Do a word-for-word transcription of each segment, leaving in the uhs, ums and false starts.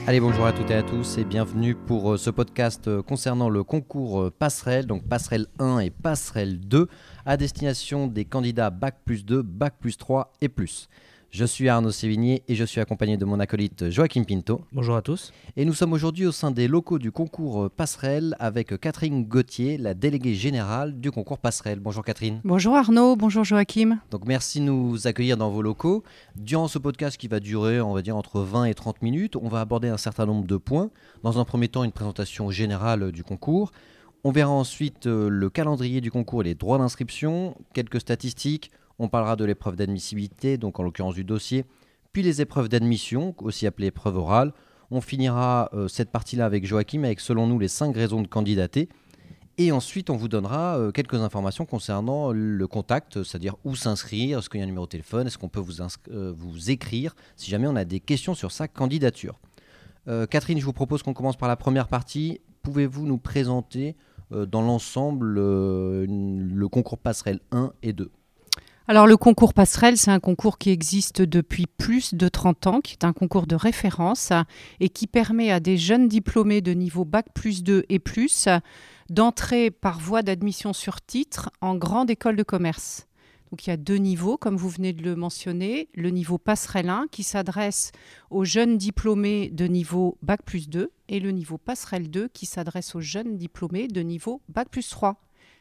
Allez, bonjour à toutes et à tous et bienvenue pour ce podcast concernant le concours Passerelle, donc Passerelle un et Passerelle deux, à destination des candidats Bac plus deux, Bac plus trois et plus. Je suis Arnaud Sévigné et je suis accompagné de mon acolyte Joachim Pinto. Bonjour à tous. Et nous sommes aujourd'hui au sein des locaux du concours Passerelle avec Catherine Gauthier, la déléguée générale du concours Passerelle. Bonjour Catherine. Bonjour Arnaud, bonjour Joachim. Donc merci de nous accueillir dans vos locaux. Durant ce podcast qui va durer, on va dire, entre vingt et trente minutes, on va aborder un certain nombre de points. Dans un premier temps, une présentation générale du concours. On verra ensuite le calendrier du concours et les droits d'inscription, quelques statistiques. On parlera de l'épreuve d'admissibilité, donc en l'occurrence du dossier, puis les épreuves d'admission, aussi appelées épreuves orales. On finira euh, cette partie-là avec Joachim, avec selon nous les cinq raisons de candidater. Et ensuite, on vous donnera euh, quelques informations concernant le contact, c'est-à-dire où s'inscrire, est-ce qu'il y a un numéro de téléphone, est-ce qu'on peut vous, inscri- euh, vous écrire si jamais on a des questions sur sa candidature. Euh, Catherine, je vous propose qu'on commence par la première partie. Pouvez-vous nous présenter euh, dans l'ensemble euh, le concours Passerelle un et deux ? Alors le concours Passerelle, c'est un concours qui existe depuis plus de trente ans, qui est un concours de référence et qui permet à des jeunes diplômés de niveau Bac plus deux et plus d'entrer par voie d'admission sur titre en grande école de commerce. Donc il y a deux niveaux, comme vous venez de le mentionner. Le niveau Passerelle un qui s'adresse aux jeunes diplômés de niveau Bac plus deux et le niveau Passerelle deux qui s'adresse aux jeunes diplômés de niveau Bac plus trois.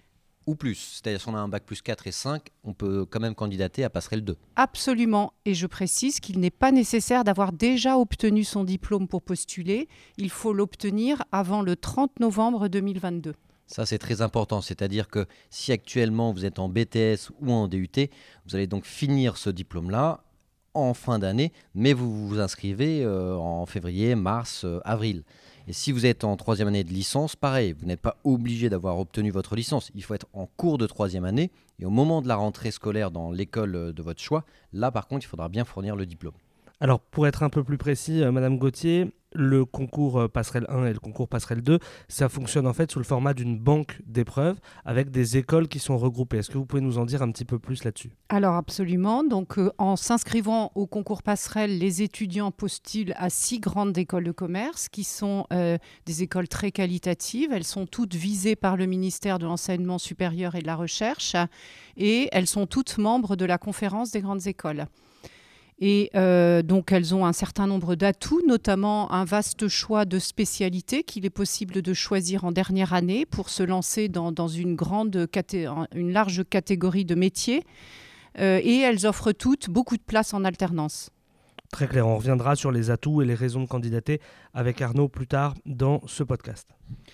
Ou plus, c'est-à-dire si on a un bac plus quatre et cinq, on peut quand même candidater à Passerelle deux. Absolument, et je précise qu'il n'est pas nécessaire d'avoir déjà obtenu son diplôme pour postuler, il faut l'obtenir avant le trente novembre deux mille vingt-deux. Ça c'est très important, c'est-à-dire que si actuellement vous êtes en B T S ou en D U T, vous allez donc finir ce diplôme-là en fin d'année, mais vous vous inscrivez euh, en février, mars, euh, avril. Et si vous êtes en troisième année de licence, pareil, vous n'êtes pas obligé d'avoir obtenu votre licence. Il faut être en cours de troisième année et au moment de la rentrée scolaire dans l'école de votre choix, là par contre, il faudra bien fournir le diplôme. Alors pour être un peu plus précis, euh, Madame Gauthier, le concours euh, Passerelle un et le concours Passerelle deux, ça fonctionne en fait sous le format d'une banque d'épreuves avec des écoles qui sont regroupées. Est-ce que vous pouvez nous en dire un petit peu plus là-dessus ? Alors absolument, donc euh, en s'inscrivant au concours Passerelle, les étudiants postulent à six grandes écoles de commerce qui sont euh, des écoles très qualitatives. Elles sont toutes visées par le ministère de l'Enseignement supérieur et de la Recherche et elles sont toutes membres de la conférence des grandes écoles. Et euh, donc, elles ont un certain nombre d'atouts, notamment un vaste choix de spécialités qu'il est possible de choisir en dernière année pour se lancer dans, dans une, grande caté- une large catégorie de métiers. Euh, et elles offrent toutes beaucoup de places en alternance. Très clair, on reviendra sur les atouts et les raisons de candidater avec Arnaud plus tard dans ce podcast.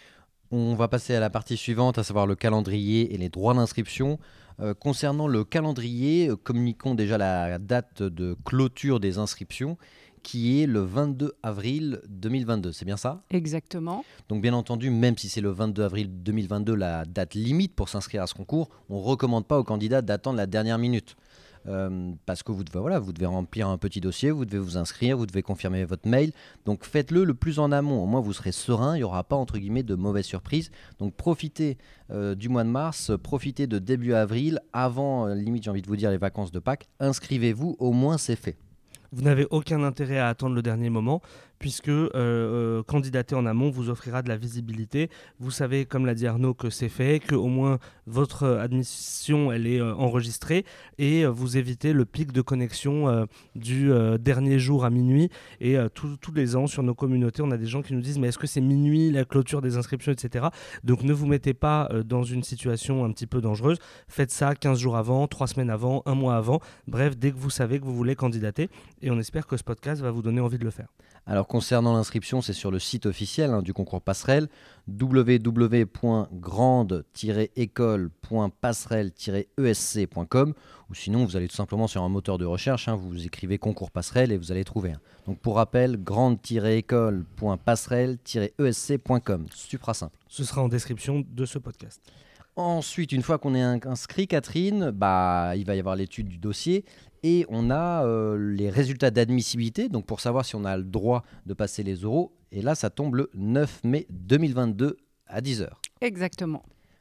On va passer à la partie suivante, à savoir le calendrier et les droits d'inscription. Euh, concernant le calendrier, euh, communiquons déjà la date de clôture des inscriptions qui est le vingt-deux avril deux mille vingt-deux, c'est bien ça ? Exactement. Donc bien entendu, même si c'est le vingt-deux avril deux mille vingt-deux la date limite pour s'inscrire à ce concours, on ne recommande pas aux candidats d'attendre la dernière minute. Euh, parce que vous devez, voilà, vous devez remplir un petit dossier, vous devez vous inscrire, vous devez confirmer votre mail. Donc faites-le le plus en amont, au moins vous serez serein, il n'y aura pas entre guillemets de mauvaises surprises. Donc profitez euh, du mois de mars, profitez de début avril, avant, euh, limite j'ai envie de vous dire les vacances de Pâques, inscrivez-vous, au moins c'est fait. Vous n'avez aucun intérêt à attendre le dernier moment puisque euh, euh, candidater en amont vous offrira de la visibilité. Vous savez, comme l'a dit Arnaud, que c'est fait, qu'au moins votre admission elle est euh, enregistrée et euh, vous évitez le pic de connexion euh, du euh, dernier jour à minuit. Et euh, tous les ans sur nos communautés, on a des gens qui nous disent mais est-ce que c'est minuit la clôture des inscriptions, et cetera. Donc ne vous mettez pas euh, dans une situation un petit peu dangereuse. Faites ça quinze jours avant, trois semaines avant, un mois avant. Bref, dès que vous savez que vous voulez candidater. Et on espère que ce podcast va vous donner envie de le faire. Alors concernant l'inscription, c'est sur le site officiel hein, du concours Passerelle, w w w point grande tiret école point passerelle tiret e s c point com, ou sinon vous allez tout simplement sur un moteur de recherche, hein, vous écrivez concours Passerelle et vous allez trouver. Hein. Donc pour rappel, grande tiret école point passerelle tiret e s c point com, super simple. Ce sera en description de ce podcast. Ensuite, une fois qu'on est inscrit, Catherine, bah, il va y avoir l'étude du dossier et on a euh, les résultats d'admissibilité, donc pour savoir si on a le droit de passer les oraux. Et là, ça tombe le neuf mai deux mille vingt-deux à dix heures. Exactement.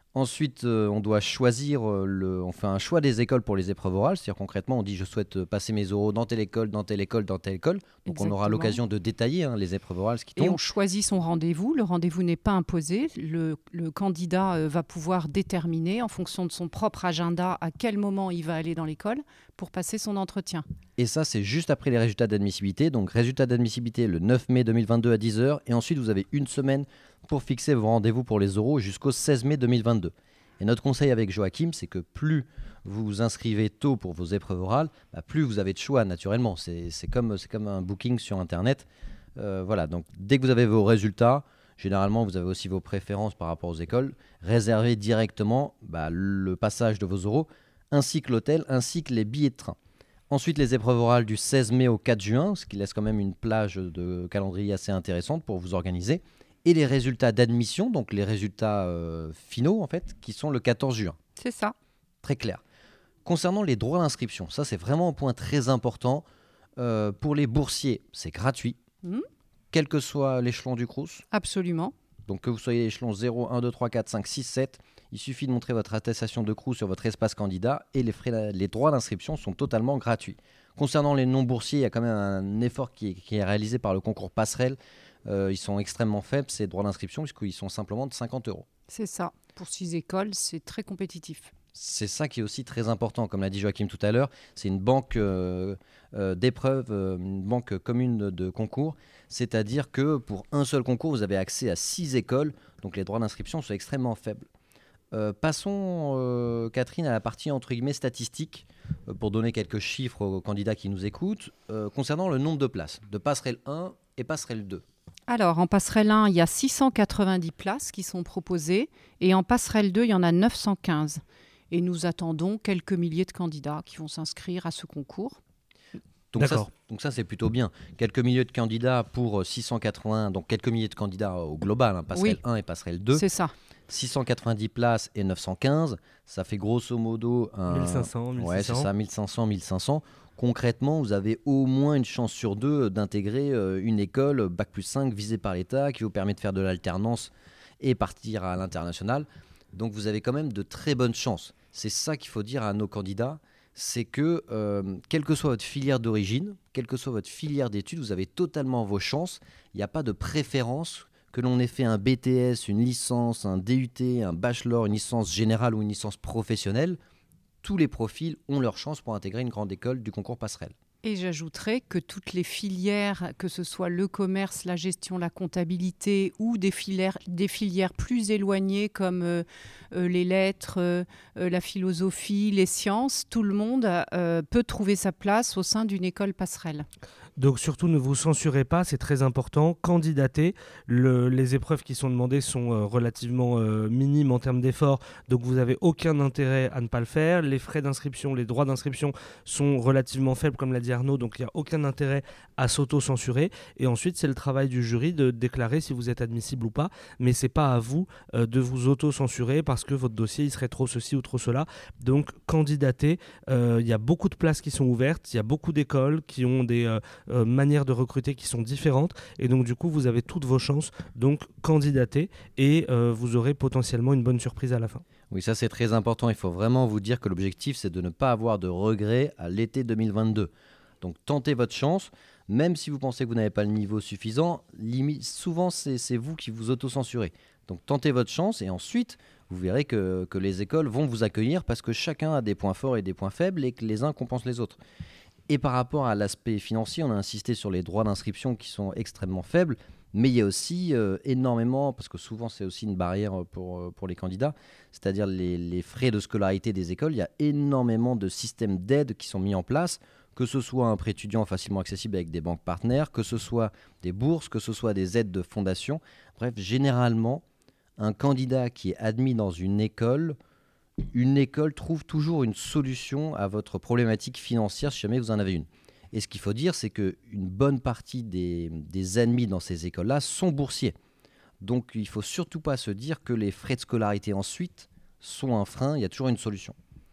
Ensuite, euh, on doit choisir, euh, le, on fait un choix des écoles pour les épreuves orales. C'est-à-dire concrètement, on dit je souhaite euh, passer mes oraux dans telle école, dans telle école, dans telle école. Donc Exactement. on aura l'occasion de détailler hein, les épreuves orales, ce qui Et tombe. on choisit son rendez-vous. Le rendez-vous n'est pas imposé. Le, le candidat euh, va pouvoir déterminer en fonction de son propre agenda à quel moment il va aller dans l'école pour passer son entretien. Et ça, c'est juste après les résultats d'admissibilité. Donc résultats d'admissibilité le neuf mai deux mille vingt-deux à dix heures. Et ensuite, vous avez une semaine pour fixer vos rendez-vous pour les oraux jusqu'au seize mai deux mille vingt-deux. Et notre conseil avec Joachim, c'est que plus vous vous inscrivez tôt pour vos épreuves orales, bah plus vous avez de choix naturellement. C'est, c'est, comme, c'est comme un booking sur Internet. Euh, voilà, donc dès que vous avez vos résultats, généralement vous avez aussi vos préférences par rapport aux écoles, réservez directement bah, le passage de vos oraux, ainsi que l'hôtel, ainsi que les billets de train. Ensuite, les épreuves orales du seize mai au quatre juin, ce qui laisse quand même une plage de calendrier assez intéressante pour vous organiser. Et les résultats d'admission, donc les résultats euh, finaux en fait, qui sont le quatorze juin. C'est ça. Très clair. Concernant les droits d'inscription, ça c'est vraiment un point très important. Euh, pour les boursiers, c'est gratuit, Mmh. quel que soit l'échelon du Crous. Absolument. Donc que vous soyez échelon zéro, un, deux, trois, quatre, cinq, six, sept, il suffit de montrer votre attestation de Crous sur votre espace candidat et les, frais, les droits d'inscription sont totalement gratuits. Concernant les non-boursiers, il y a quand même un effort qui est, qui est réalisé par le concours Passerelle. Euh, ils sont extrêmement faibles, ces droits d'inscription, puisqu'ils sont simplement de cinquante euros. C'est ça. Pour six écoles, c'est très compétitif. C'est ça qui est aussi très important, comme l'a dit Joachim tout à l'heure. C'est une banque euh, euh, d'épreuves, euh, une banque commune de, de concours. C'est-à-dire que pour un seul concours, vous avez accès à six écoles, donc les droits d'inscription sont extrêmement faibles. Euh, passons, euh, Catherine, à la partie entre guillemets statistique, euh, pour donner quelques chiffres aux candidats qui nous écoutent, euh, concernant le nombre de places, de passerelle un et passerelle deux. Alors, en passerelle un, il y a six cent quatre-vingt-dix places qui sont proposées et en passerelle deux, il y en a neuf cent quinze. Et nous attendons quelques milliers de candidats qui vont s'inscrire à ce concours. Donc ça, D'accord. donc ça, c'est plutôt bien. Quelques milliers de candidats pour euh, six cent quatre-vingts, donc quelques milliers de candidats au global, hein, passerelle Oui. un et passerelle deux. C'est ça. six cent quatre-vingt-dix places et neuf cent quinze, ça fait grosso modo un... mille cinq cents, mille six cents. Ouais, c'est ça, mille cinq cents, mille cinq cents. Concrètement, vous avez au moins une chance sur deux d'intégrer euh, une école bac plus cinq visée par l'État qui vous permet de faire de l'alternance et partir à l'international. Donc vous avez quand même de très bonnes chances. C'est ça qu'il faut dire à nos candidats, c'est que euh, quelle que soit votre filière d'origine, quelle que soit votre filière d'études, vous avez totalement vos chances. Il n'y a pas de préférence. Que l'on ait fait un B T S, une licence, un D U T, un bachelor, une licence générale ou une licence professionnelle, tous les profils ont leur chance pour intégrer une grande école du concours Passerelle. Et j'ajouterais que toutes les filières, que ce soit le commerce, la gestion, la comptabilité ou des filières, des filières plus éloignées comme euh, euh, les lettres, euh, euh, la philosophie, les sciences, tout le monde euh, peut trouver sa place au sein d'une école passerelle. Donc surtout ne vous censurez pas, c'est très important. Candidatez, le, les épreuves qui sont demandées sont euh, relativement euh, minimes en termes d'efforts, donc vous n'avez aucun intérêt à ne pas le faire. Les frais d'inscription, les droits d'inscription sont relativement faibles comme l'a dit Arnaud, donc il n'y a aucun intérêt à s'auto-censurer. Et ensuite c'est le travail du jury de déclarer si vous êtes admissible ou pas, mais c'est pas à vous euh, de vous auto-censurer parce que votre dossier il serait trop ceci ou trop cela. Donc candidatez, euh, il y a beaucoup de places qui sont ouvertes, il y a beaucoup d'écoles qui ont des... Euh, Euh, manières de recruter qui sont différentes et donc du coup vous avez toutes vos chances, donc candidatez et euh, vous aurez potentiellement une bonne surprise à la fin. Oui, ça c'est très important, il faut vraiment vous dire que l'objectif c'est de ne pas avoir de regrets à l'été deux mille vingt-deux. Donc tentez votre chance, même si vous pensez que vous n'avez pas le niveau suffisant, limite, souvent c'est, c'est vous qui vous auto-censurez. Donc tentez votre chance et ensuite vous verrez que, que les écoles vont vous accueillir parce que chacun a des points forts et des points faibles et que les uns compensent les autres. Et par rapport à l'aspect financier, on a insisté sur les droits d'inscription qui sont extrêmement faibles, mais il y a aussi euh, énormément, parce que souvent c'est aussi une barrière pour, pour les candidats, c'est-à-dire les, les frais de scolarité des écoles, il y a énormément de systèmes d'aide qui sont mis en place, que ce soit un prêt étudiant facilement accessible avec des banques partenaires, que ce soit des bourses, que ce soit des aides de fondation. Bref, généralement, un candidat qui est admis dans une école... Une école trouve toujours une solution à votre problématique financière si jamais vous en avez une. Et ce qu'il faut dire, c'est qu'une bonne partie des, des admis dans ces écoles-là sont boursiers. Donc il ne faut surtout pas se dire que les frais de scolarité ensuite sont un frein, il y a toujours une solution.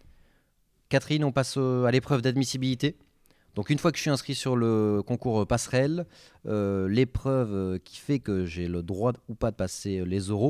Catherine, on passe à l'épreuve d'admissibilité. Donc une fois que je suis inscrit sur le concours Passerelle, euh, l'épreuve qui fait que j'ai le droit ou pas de passer les oraux,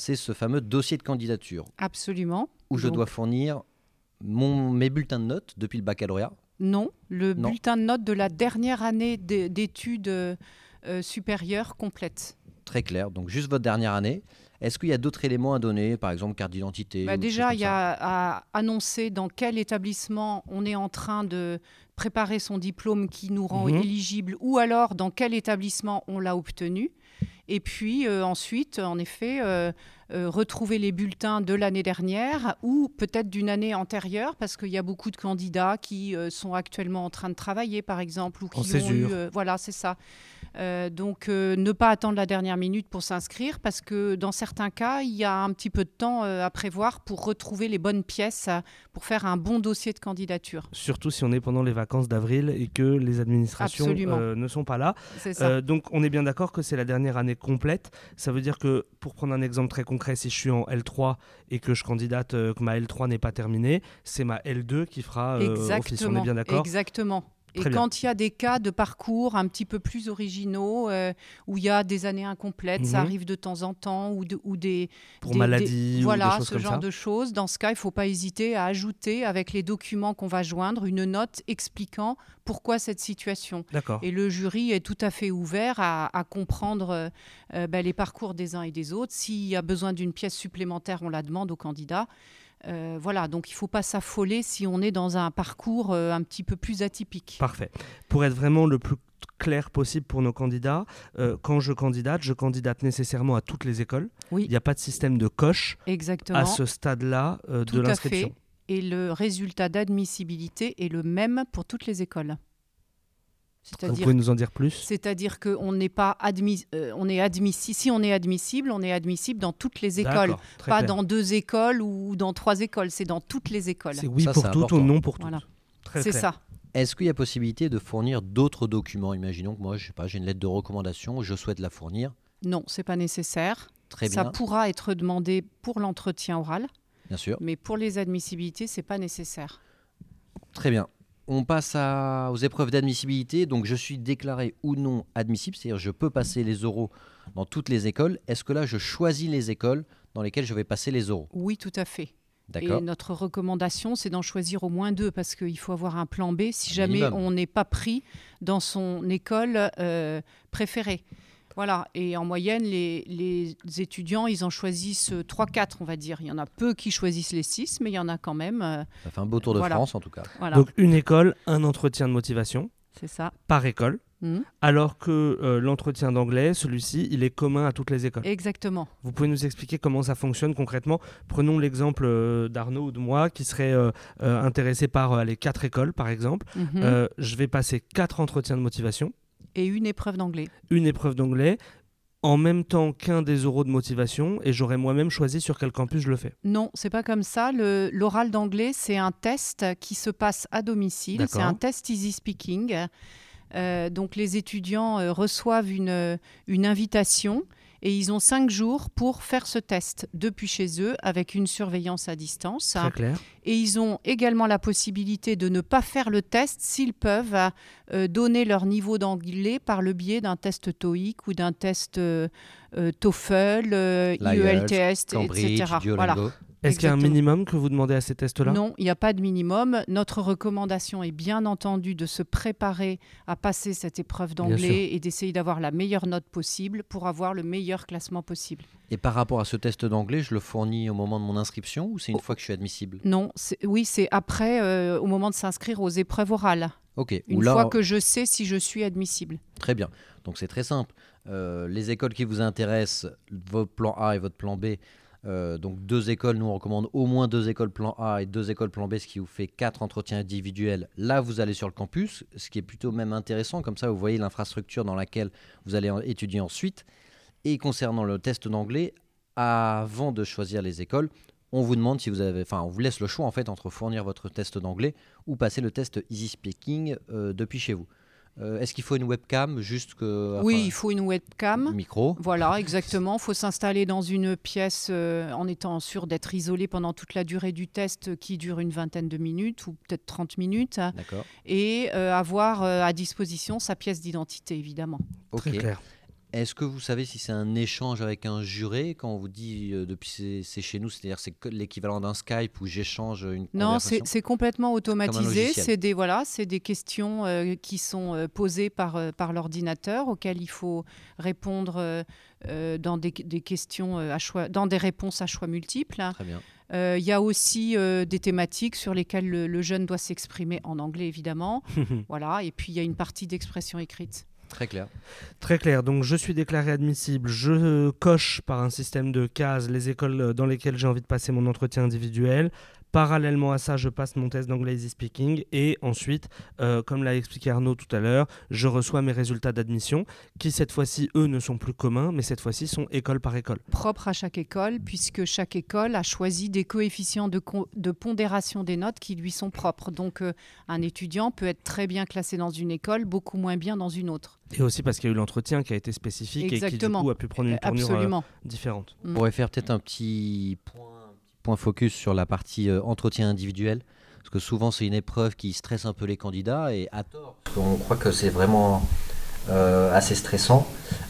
c'est ce fameux dossier de candidature Absolument. où je Donc, dois fournir mon, mes bulletins de notes depuis le baccalauréat. Non, le Non. bulletin de notes de la dernière année d'é- d'études euh, euh, supérieures complète. Très clair. Donc, juste votre dernière année. Est-ce qu'il y a d'autres éléments à donner, par exemple carte d'identité Bah ou des déjà, choses il comme y ça a à annoncer dans quel établissement on est en train de préparer son diplôme qui nous rend Mhm. éligible ou alors dans quel établissement on l'a obtenu. Et puis euh, ensuite, en effet, euh, euh, retrouver les bulletins de l'année dernière ou peut-être d'une année antérieure parce qu'il y a beaucoup de candidats qui euh, sont actuellement en train de travailler, par exemple, ou qui En ont césure. eu... euh, voilà, c'est ça. Euh, donc, euh, ne pas attendre la dernière minute pour s'inscrire parce que dans certains cas, il y a un petit peu de temps euh, à prévoir pour retrouver les bonnes pièces euh, pour faire un bon dossier de candidature. Surtout si on est pendant les vacances d'avril et que les administrations Absolument. euh, ne sont pas là. C'est ça. Euh, donc on est bien d'accord que c'est la dernière année complète. Ça veut dire que, pour prendre un exemple très concret, si je suis en L trois et que je candidate, euh, que ma L trois n'est pas terminée, c'est ma L deux qui fera euh, office. On est Exactement. bien d'accord? Exactement. Très Et bien. quand il y a des cas de parcours un petit peu plus originaux, euh, où il y a des années incomplètes, ça Mhm. arrive de temps en temps, ou, de- ou des... Pour des- maladie des- ou voilà, des choses ce comme genre ça. de choses. Dans ce cas, il ne faut pas hésiter à ajouter, avec les documents qu'on va joindre, une note expliquant pourquoi cette situation. D'accord. Et le jury est tout à fait ouvert à, à comprendre euh, euh, ben, les parcours des uns et des autres. S'il y a besoin d'une pièce supplémentaire, on la demande au candidat. Euh, voilà, donc il ne faut pas s'affoler si on est dans un parcours euh, un petit peu plus atypique. Parfait. Pour être vraiment le plus clair possible pour nos candidats, euh, quand je candidate, je candidate nécessairement à toutes les écoles. Oui. Il n'y a pas de système de coche Exactement. à ce stade-là euh, Tout de à l'inscription. fait. Et le résultat d'admissibilité est le même pour toutes les écoles. Vous C'est-à-dire, pouvez nous en dire plus? c'est-à-dire qu'on n'est pas admis, euh, on est admissible. Si on est admissible, on est admissible dans toutes les écoles, D'accord, très pas clair. dans deux écoles ou dans trois écoles. C'est dans toutes les écoles. C'est oui Ça, pour c'est toutes ou important. non pour toutes. Voilà. Très C'est clair. ça. Est-ce qu'il y a possibilité de fournir d'autres documents? Imaginons que moi, je sais pas, j'ai une lettre de recommandation, je souhaite la fournir. Non, c'est pas nécessaire. Très Ça bien, pourra être demandé pour l'entretien oral, bien sûr. mais pour les admissibilités, c'est pas nécessaire. Très bien. On passe à- aux épreuves d'admissibilité. Donc, je suis déclaré ou non admissible, c'est-à-dire je peux passer les oraux dans toutes les écoles. Est-ce que là, je choisis les écoles dans lesquelles je vais passer les oraux? Oui, tout à fait. D'accord. Et notre recommandation, c'est d'en choisir au moins deux parce qu'il faut avoir un plan B si Un jamais minimum. on n'est pas pris dans son école euh, préférée. Voilà. Et en moyenne, les, les étudiants, ils en choisissent trois quatre, on va dire. Il y en a peu qui choisissent les six, mais il y en a quand même. euh, Ça fait un beau tour de Voilà. France, en tout cas. voilà, Donc une école, un entretien de motivation c'est ça. par école, Mhm. alors que euh, l'entretien d'anglais, celui-ci, il est commun à toutes les écoles. Exactement. Vous pouvez nous expliquer comment ça fonctionne concrètement? Prenons l'exemple euh, d'Arnaud ou de moi qui serait euh, euh, intéressé par euh, les quatre écoles, par exemple. Mhm. Euh, je vais passer quatre entretiens de motivation, Et une épreuve d'anglais. une épreuve d'anglais, en même temps qu'un des oraux de motivation, et j'aurais moi-même choisi sur quel campus je le fais. Non, c'est pas comme ça. Le- L'oral d'anglais, c'est un test qui se passe à domicile. D'accord. C'est un test easy speaking. Euh, donc les étudiants euh, reçoivent une, une invitation et ils ont cinq jours pour faire ce test depuis chez eux avec une surveillance à distance. Très clair. Et ils ont également la possibilité de ne pas faire le test s'ils peuvent euh, donner leur niveau d'anglais par le biais d'un test TOEIC ou d'un test euh, euh, TOEFL, euh, I E L T S, Cambridge, et cetera. Voilà. Duolingo. Est-ce qu'il y a un Exactement. minimum que vous demandez à ces tests-là? Non, il n'y a pas de minimum. Notre recommandation est bien entendu de se préparer à passer cette épreuve Bien d'anglais et d'essayer d'avoir la meilleure note possible pour avoir le meilleur classement possible. Et par rapport à ce test d'anglais, je le fournis au moment de mon inscription ou c'est une fois que je suis admissible? Non, c'est- oui, c'est après, euh, au moment de s'inscrire aux épreuves orales. Ok. Une Ou là, fois que je sais si je suis admissible. Très bien. Donc c'est très simple. Euh, les écoles qui vous intéressent, votre plan A et votre plan B, euh, donc deux écoles, nous on recommande au moins deux écoles plan A et deux écoles plan B, ce qui vous fait quatre entretiens individuels. Là, vous allez sur le campus, ce qui est plutôt même intéressant. Comme ça, vous voyez l'infrastructure dans laquelle vous allez en- étudier ensuite. Et concernant le test d'anglais, avant de choisir les écoles, on vous demande si vous avez, enfin, on vous laisse le choix en fait entre fournir votre test d'anglais ou passer le test Easy Speaking euh, depuis chez vous. Euh, Est-ce qu'il faut une webcam juste que Oui, enfin, il faut une webcam. micro? Voilà, exactement. Il faut s'installer dans une pièce euh, en étant sûr d'être isolé pendant toute la durée du test qui dure une vingtaine de minutes ou peut-être trente minutes D'accord. et euh, avoir euh, à disposition sa pièce d'identité, évidemment. Ok. Très clair. Est-ce que vous savez si c'est un échange avec un juré quand on vous dit euh, depuis c'est, c'est chez nous, c'est-à-dire c'est que l'équivalent d'un Skype où j'échange une Non, conversation? c'est, c'est complètement automatisé. logiciel. C'est des, voilà, c'est des questions euh, qui sont euh, posées par, euh, par l'ordinateur auxquelles il faut répondre euh, euh, dans des, des questions euh, à choix, dans des réponses à choix multiples. Très bien. Il euh, y a aussi euh, des thématiques sur lesquelles le, le jeune doit s'exprimer en anglais, évidemment. Voilà. Et puis, il y a une partie d'expression écrite. Très clair. Très clair. Donc, je suis déclaré admissible. Je coche par un système de cases les écoles dans lesquelles j'ai envie de passer mon entretien individuel. Parallèlement à ça, je passe mon test d'anglais easy speaking et ensuite, euh, comme l'a expliqué Arnaud tout à l'heure, je reçois mes résultats d'admission qui, cette fois-ci, eux, ne sont plus communs, mais cette fois-ci sont école par école. Propre à chaque école, puisque chaque école a choisi des coefficients de, co- de pondération des notes qui lui sont propres. Donc, euh, un étudiant peut être très bien classé dans une école, beaucoup moins bien dans une autre. Et aussi parce qu'il y a eu l'entretien qui a été spécifique Exactement. et qui, du coup, a pu prendre une tournure Absolument. euh, différente. On pourrait faire peut-être un petit point, point focus sur la partie euh, entretien individuel, parce que souvent c'est une épreuve qui stresse un peu les candidats, et à tort, parce qu'on croit que c'est vraiment euh, assez stressant.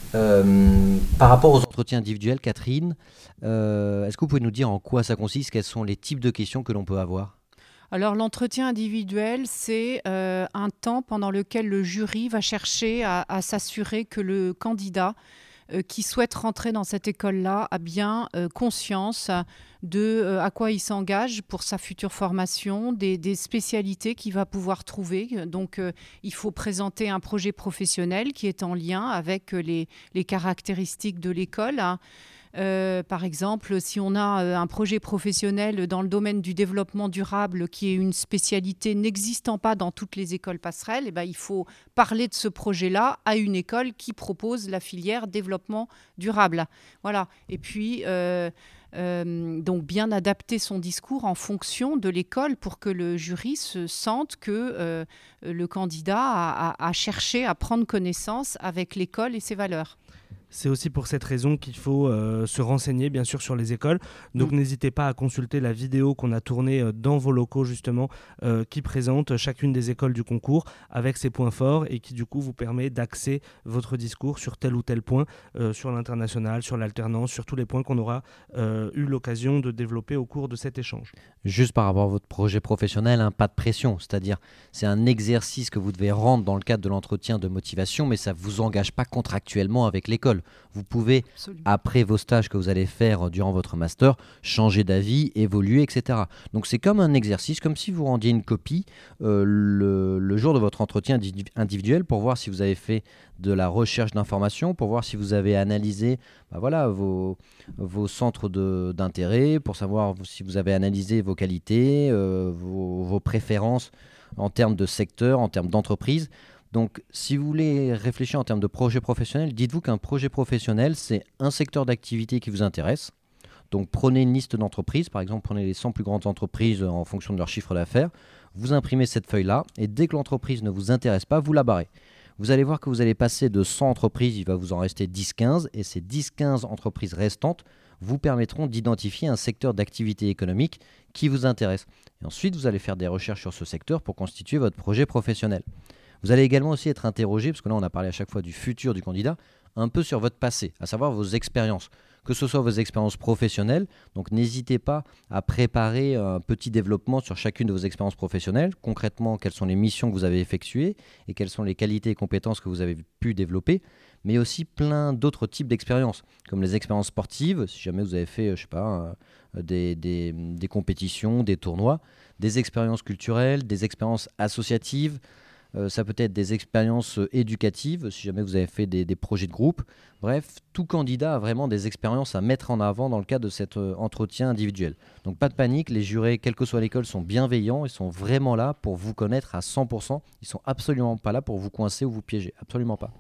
Euh, par rapport aux entretiens individuels, Catherine, euh, est-ce que vous pouvez nous dire en quoi ça consiste, quels sont les types de questions que l'on peut avoir? Alors, l'entretien individuel, c'est euh, un temps pendant lequel le jury va chercher à, à s'assurer que le candidat euh, qui souhaite rentrer dans cette école-là a bien euh, conscience de euh, à quoi il s'engage pour sa future formation, des, des spécialités qu'il va pouvoir trouver. Donc, euh, il faut présenter un projet professionnel qui est en lien avec les, les caractéristiques de l'école, hein. Euh, par exemple, si on a euh, un projet professionnel dans le domaine du développement durable qui est une spécialité n'existant pas dans toutes les écoles passerelles, eh ben, il faut parler de ce projet-là à une école qui propose la filière développement durable. Voilà. Et puis, euh, euh, donc bien adapter son discours en fonction de l'école pour que le jury se sente que euh, le candidat a, a, a cherché à prendre connaissance avec l'école et ses valeurs. C'est aussi pour cette raison qu'il faut euh, se renseigner bien sûr sur les écoles. Donc mmh. n'hésitez pas à consulter la vidéo qu'on a tournée euh, dans vos locaux justement, euh, qui présente chacune des écoles du concours avec ses points forts et qui du coup vous permet d'axer votre discours sur tel ou tel point, euh, sur l'international, sur l'alternance, sur tous les points qu'on aura euh, eu l'occasion de développer au cours de cet échange. Juste par rapport à votre projet professionnel, hein, pas de pression, c'est-à-dire c'est un exercice que vous devez rendre dans le cadre de l'entretien de motivation, mais ça ne vous engage pas contractuellement avec l'école. Vous pouvez, Absolument. Après vos stages que vous allez faire durant votre master, changer d'avis, évoluer, et cetera. Donc c'est comme un exercice, comme si vous rendiez une copie euh, le, le jour de votre entretien individuel pour voir si vous avez fait de la recherche d'informations, pour voir si vous avez analysé bah voilà, vos, vos centres de, d'intérêt, pour savoir si vous avez analysé vos qualités, euh, vos, vos préférences en termes de secteur, en termes d'entreprise. Donc, si vous voulez réfléchir en termes de projet professionnel, dites-vous qu'un projet professionnel, c'est un secteur d'activité qui vous intéresse. Donc, prenez une liste d'entreprises. Par exemple, prenez les cent plus grandes entreprises en fonction de leur chiffre d'affaires. Vous imprimez cette feuille-là et dès que l'entreprise ne vous intéresse pas, vous la barrez. Vous allez voir que vous allez passer de cent entreprises, il va vous en rester dix à quinze. Et ces dix à quinze entreprises restantes vous permettront d'identifier un secteur d'activité économique qui vous intéresse. Et ensuite, vous allez faire des recherches sur ce secteur pour constituer votre projet professionnel. Vous allez également aussi être interrogé, parce que là on a parlé à chaque fois du futur du candidat, un peu sur votre passé, à savoir vos expériences, que ce soit vos expériences professionnelles. Donc n'hésitez pas à préparer un petit développement sur chacune de vos expériences professionnelles. Concrètement, quelles sont les missions que vous avez effectuées et quelles sont les qualités et compétences que vous avez pu développer, mais aussi plein d'autres types d'expériences, comme les expériences sportives, si jamais vous avez fait, je sais pas, des, des, des compétitions, des tournois, des expériences culturelles, des expériences associatives. Euh, ça peut être des expériences euh, éducatives, si jamais vous avez fait des, des projets de groupe. Bref, tout candidat a vraiment des expériences à mettre en avant dans le cadre de cet euh, entretien individuel. Donc pas de panique, les jurés, quelle que soit l'école, sont bienveillants, ils sont vraiment là pour vous connaître à cent pour cent. Ils sont absolument pas là pour vous coincer ou vous piéger, absolument pas.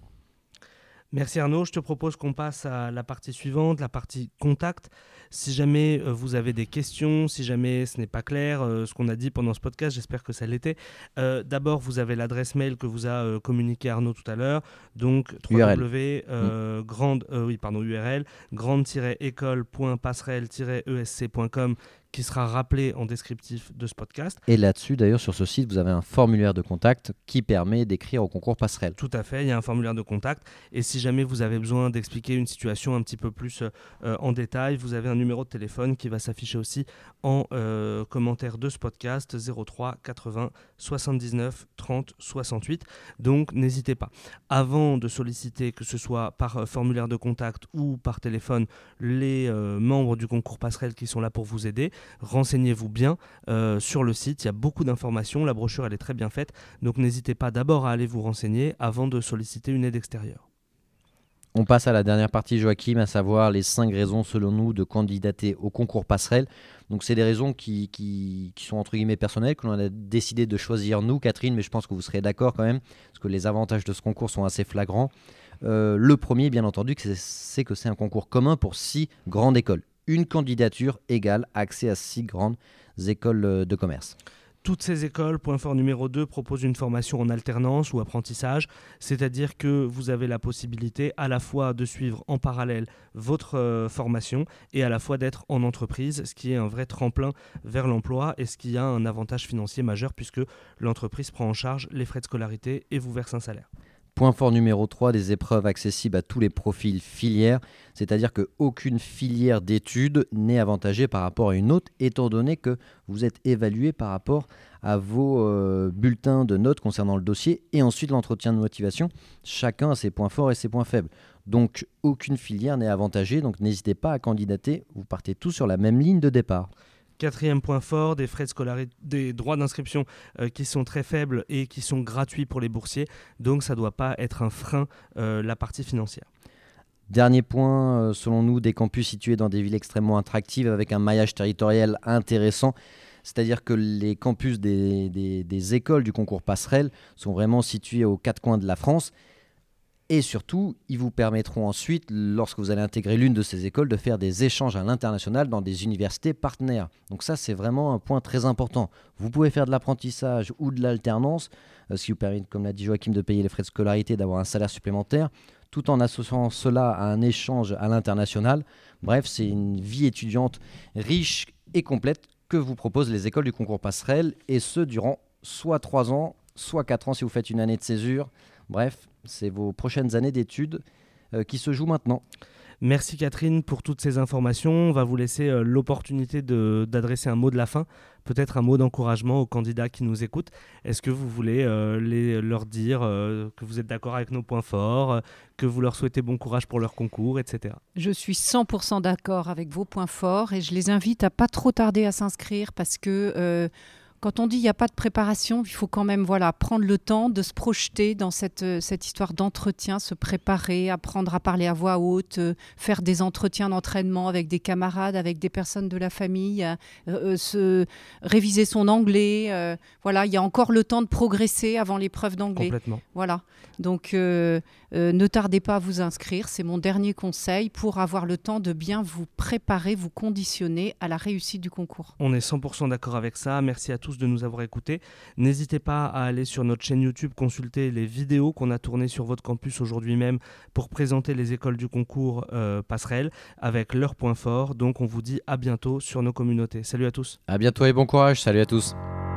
Merci Arnaud, je te propose qu'on passe à la partie suivante, la partie contact. Si jamais euh, vous avez des questions, si jamais ce n'est pas clair, euh, ce qu'on a dit pendant ce podcast, j'espère que ça l'était. Euh, d'abord, vous avez l'adresse mail que vous a euh, communiqué Arnaud tout à l'heure, donc U R L. w euh, grande, euh, oui, pardon, U R L, grande-école point passerelle tiret e s c point com qui sera rappelé en descriptif de ce podcast. Et là-dessus, d'ailleurs, sur ce site, vous avez un formulaire de contact qui permet d'écrire au concours passerelle. Tout à fait, il y a un formulaire de contact. Et si jamais vous avez besoin d'expliquer une situation un petit peu plus euh, en détail, vous avez un numéro de téléphone qui va s'afficher aussi en euh, commentaire de ce podcast, zéro trois quatre-vingts soixante-dix-neuf trente soixante-huit. Donc n'hésitez pas. Avant de solliciter, que ce soit par euh, formulaire de contact ou par téléphone, les euh, membres du concours passerelle qui sont là pour vous aider, renseignez-vous bien euh, sur le site. Il y a beaucoup d'informations, la brochure elle est très bien faite. Donc n'hésitez pas d'abord à aller vous renseigner avant de solliciter une aide extérieure. On passe à la dernière partie, Joachim, à savoir les cinq raisons selon nous de candidater au concours passerelle. Donc c'est des raisons qui, qui, qui sont entre guillemets personnelles, que l'on a décidé de choisir nous, Catherine, mais je pense que vous serez d'accord quand même, parce que les avantages de ce concours sont assez flagrants. Euh, le premier, bien entendu, c'est, c'est que c'est un concours commun pour six grandes écoles. Une candidature égale accès à six grandes écoles de commerce. Toutes ces écoles, point fort numéro deux, proposent une formation en alternance ou apprentissage, c'est-à-dire que vous avez la possibilité à la fois de suivre en parallèle votre euh, formation et à la fois d'être en entreprise, ce qui est un vrai tremplin vers l'emploi et ce qui a un avantage financier majeur puisque l'entreprise prend en charge les frais de scolarité et vous verse un salaire. Point fort numéro trois, des épreuves accessibles à tous les profils filières, c'est-à-dire qu'aucune filière d'études n'est avantagée par rapport à une autre, étant donné que vous êtes évalué par rapport à vos euh, bulletins de notes concernant le dossier et ensuite l'entretien de motivation. Chacun a ses points forts et ses points faibles. Donc aucune filière n'est avantagée, donc n'hésitez pas à candidater, vous partez tous sur la même ligne de départ. Quatrième point fort, des frais de scolarité, des droits d'inscription euh, qui sont très faibles et qui sont gratuits pour les boursiers. Donc ça ne doit pas être un frein, euh, la partie financière. Dernier point, euh, selon nous, des campus situés dans des villes extrêmement attractives avec un maillage territorial intéressant. C'est-à-dire que les campus des, des, des écoles du concours passerelle sont vraiment situés aux quatre coins de la France. Et surtout, ils vous permettront ensuite, lorsque vous allez intégrer l'une de ces écoles, de faire des échanges à l'international dans des universités partenaires. Donc ça, c'est vraiment un point très important. Vous pouvez faire de l'apprentissage ou de l'alternance, ce qui vous permet, comme l'a dit Joachim, de payer les frais de scolarité, d'avoir un salaire supplémentaire, tout en associant cela à un échange à l'international. Bref, c'est une vie étudiante riche et complète que vous proposent les écoles du concours passerelle, et ce, durant soit trois ans, soit quatre ans si vous faites une année de césure. Bref, c'est vos prochaines années d'études euh, qui se jouent maintenant. Merci Catherine pour toutes ces informations. On va vous laisser euh, l'opportunité de, d'adresser un mot de la fin, peut-être un mot d'encouragement aux candidats qui nous écoutent. Est-ce que vous voulez euh, les, leur dire euh, que vous êtes d'accord avec nos points forts, euh, que vous leur souhaitez bon courage pour leur concours, et cetera. Je suis cent pour cent d'accord avec vos points forts et je les invite à pas trop tarder à s'inscrire parce que... Euh, Quand on dit qu'il n'y a pas de préparation, il faut quand même voilà, prendre le temps de se projeter dans cette, cette histoire d'entretien, se préparer, apprendre à parler à voix haute, euh, faire des entretiens d'entraînement avec des camarades, avec des personnes de la famille, euh, euh, se, réviser son anglais. Euh, voilà, il y a encore le temps de progresser avant l'épreuve d'anglais. Complètement. Voilà. Donc, euh, euh, ne tardez pas à vous inscrire. C'est mon dernier conseil pour avoir le temps de bien vous préparer, vous conditionner à la réussite du concours. On est cent pour cent d'accord avec ça. Merci à tous de nous avoir écoutés. N'hésitez pas à aller sur notre chaîne YouTube, consulter les vidéos qu'on a tournées sur votre campus aujourd'hui même pour présenter les écoles du concours euh, passerelle avec leurs points forts. Donc, on vous dit à bientôt sur nos communautés. Salut à tous. À bientôt et bon courage. Salut à tous.